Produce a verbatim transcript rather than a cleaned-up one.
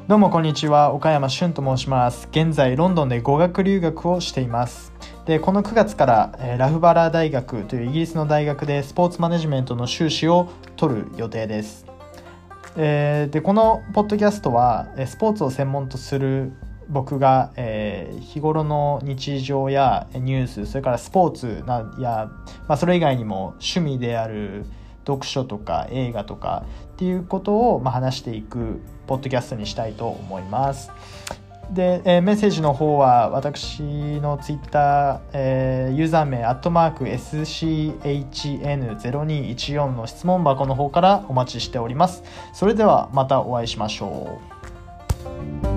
どうもこんにちは、岡山俊と申します。現在ロンドンで語学留学をしています。でこのくがつから、えー、ラフバラー大学というイギリスの大学でスポーツマネジメントの修士を取る予定です。えー、でこのポッドキャストはスポーツを専門とする僕が、えー、日頃の日常やニュース、それからスポーツなや、まあ、それ以外にも趣味である読書とか映画とかっていうことを、まあ、話していくポッドキャストにしたいと思います。で、えー、メッセージの方は私のツイッター、えー、ユーザー名アットマーク エスシーエイチエヌゼロにいちよん の質問箱の方からお待ちしております。それではまたお会いしましょう。